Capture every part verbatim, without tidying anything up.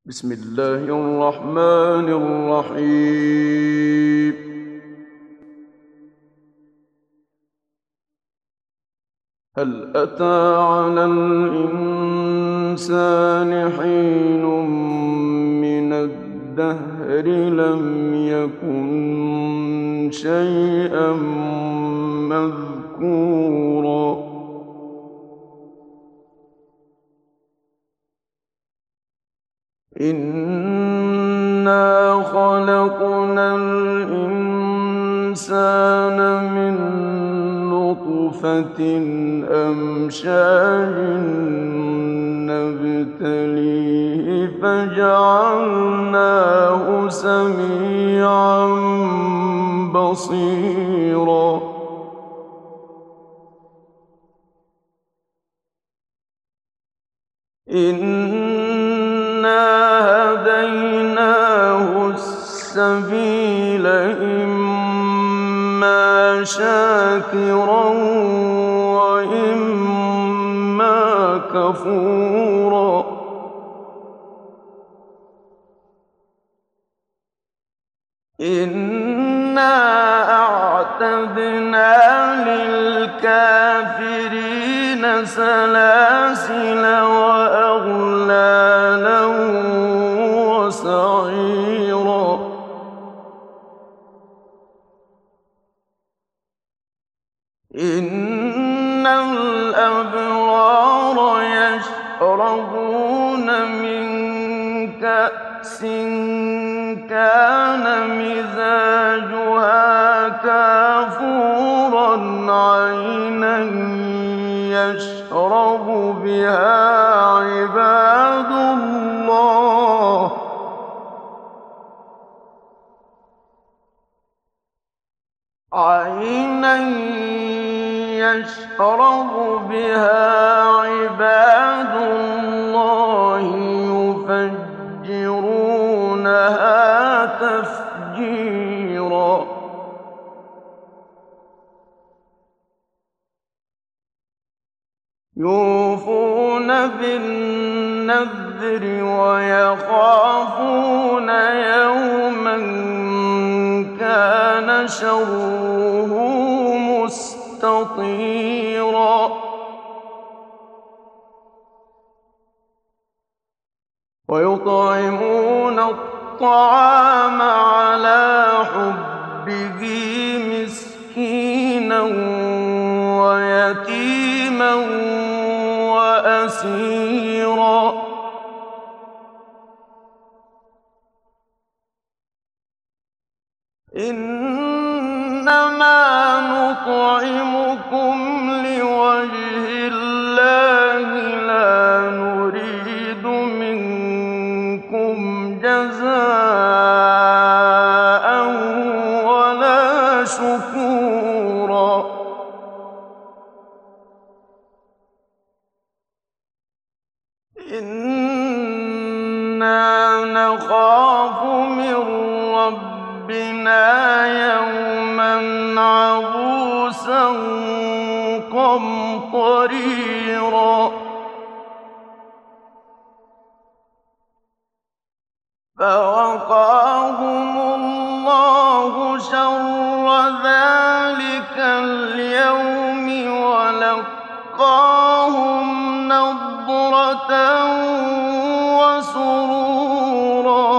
بسم الله الرحمن الرحيم. هل أتى على الإنسان حين من الدهر لم يكن شيئا مذكورا إنا خلقنا الإنسان من نطفة أمشاج نبتليه فجعلناه سميعا بصيرا إنا هديناه السبيل إما شاكرا وإما كفورا إنا أعتدنا للكافرين سلاسل وأغلالا وسعيرا إن الأبرار يشربون من كأس كان مزاجها كافورا عينا يشرب بها عباد الله عينا يشرب بها عباد الله يفجرونها تفجيرا يوفون بالنذر ويخافون يوما كان شره مستطيرا ويطعمون الطعام على حبه مسكينا ويتيما وأسيرا إنما نطعمكم لوجه الله لا نريد منكم جزاء ولا شكورا إنا نخاف من ربنا يوما عبوسا قمطريرا فوقاهم الله شر ذلك اليوم ولقاهم نضرة وسرورا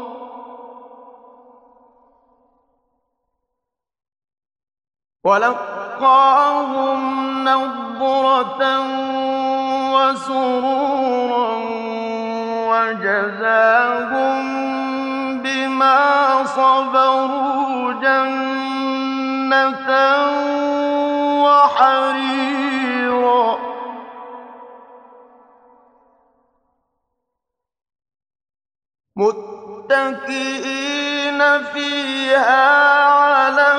ولقاهم نضرة وسرورا وجزاهم بما صبروا جنة وحريرا متكئين فيها على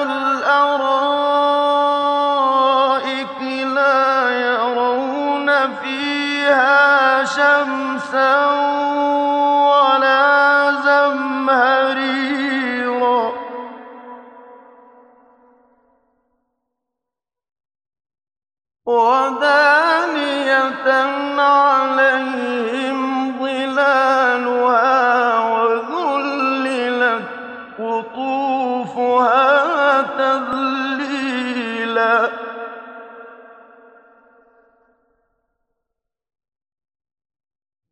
الأرائك لا يرون فيها شمسا ولا زمهريرا ودانية عليهم ظلالها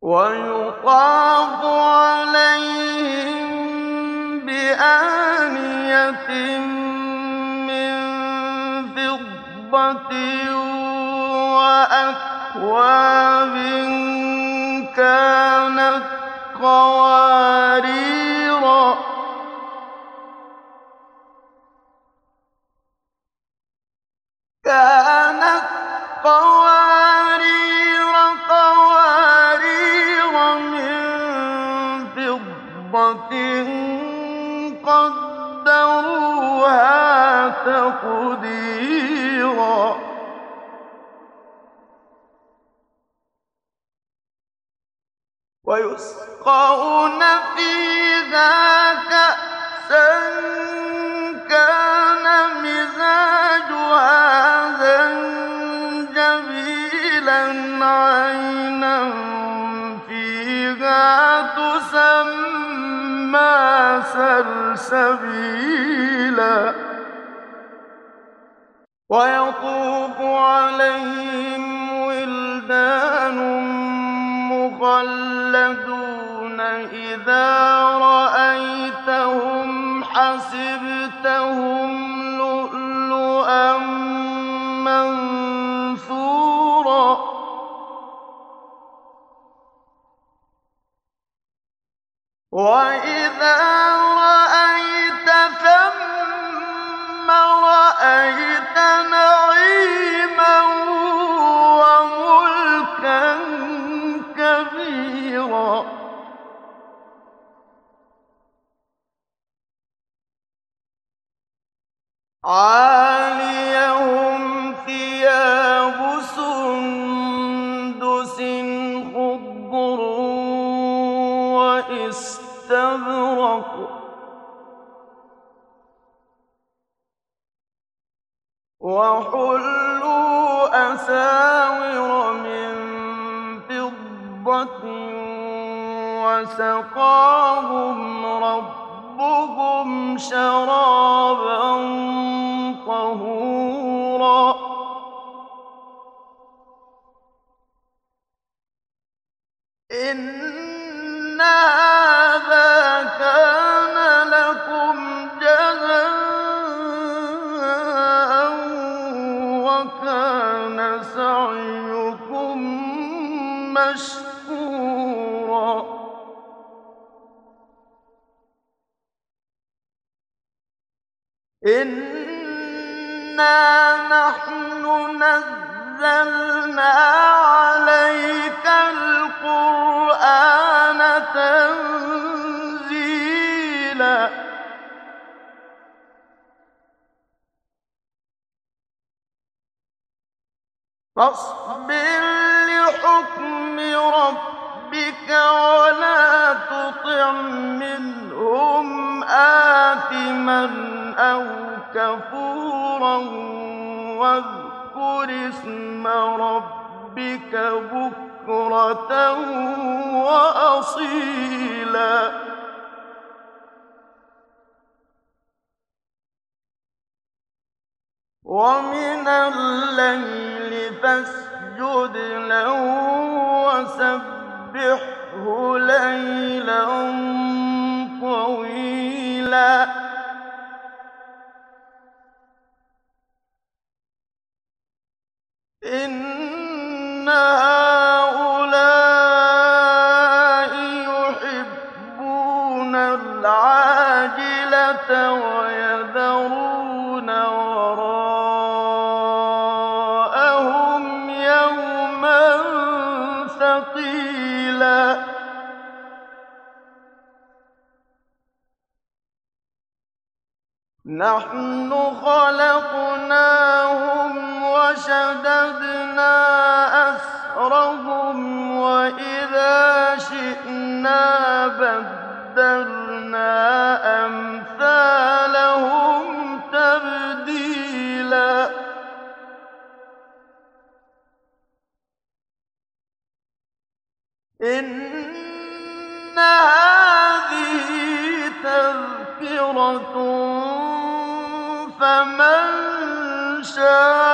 وَيُطَافُ عَلَيْهِم بِآنِيَةٍ مِّن فِضَّةٍ وَأَكْوَابٍ كَانَتْ قَوَارِيرَ كانت قوارير قوارير من فضة قدروها تقديرا ويسقون فيها كأسا كان مزاجها زنجبيلا عينا فيها تسمى سلسبيلا ويطوف عليهم ولدان مخلدون إذا رأيتهم حسبتهم لؤلؤا منثورا وإذا رأيت ثم رأيت نعيما وملكا كبيرا عاليهم ثياب سندس خضر واستبرق وحلوا أساور من فضة وسقاهم ربهم شرابا طهورا إن هذا كان لكم جزاء وكان سعيكم مشكورا إنا نحن نزلنا عليك القرآن تنزيلا فاصبر لحكم ربك ولا تطع منهم آثما أو كفورا واذكر اسم ربك بكرة وأصيلا ومن الليل فاسجد له وسبحه ليلا طويلا إن هؤلاء يحبون العاجلة ويذرون وراءهم يوما ثقيلا نحن خلقناهم وشددنا أسرهم وإذا شئنا بدلنا أمثالهم تبديلا إن هذه تذكرة فمن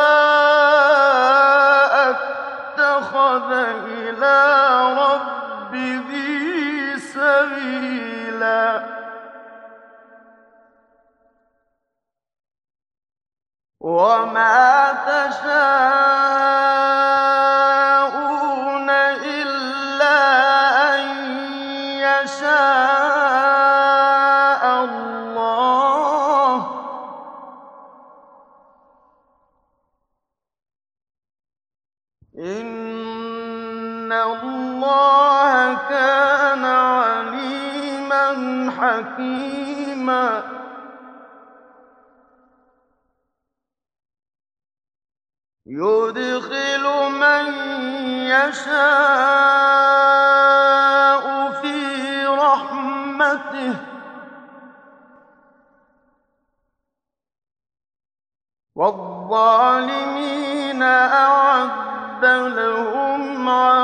شاء اتخذ إلى ربه سبيلا وما تشاءون إلا أن يشاء الله إن الله كان عليما حكيما يدخل من يشاء في رحمته والظالمين أعد لهم